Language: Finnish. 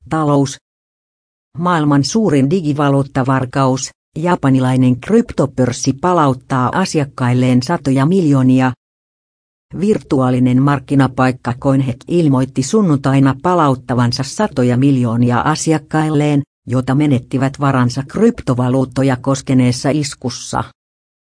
Talous. Maailman suurin digivaluuttavarkaus, japanilainen kryptopörssi palauttaa asiakkailleen satoja miljoonia. Virtuaalinen markkinapaikka CoinHeck ilmoitti sunnuntaina palauttavansa satoja miljoonia asiakkailleen, jota menettivät varansa kryptovaluuttoja koskeneessa iskussa.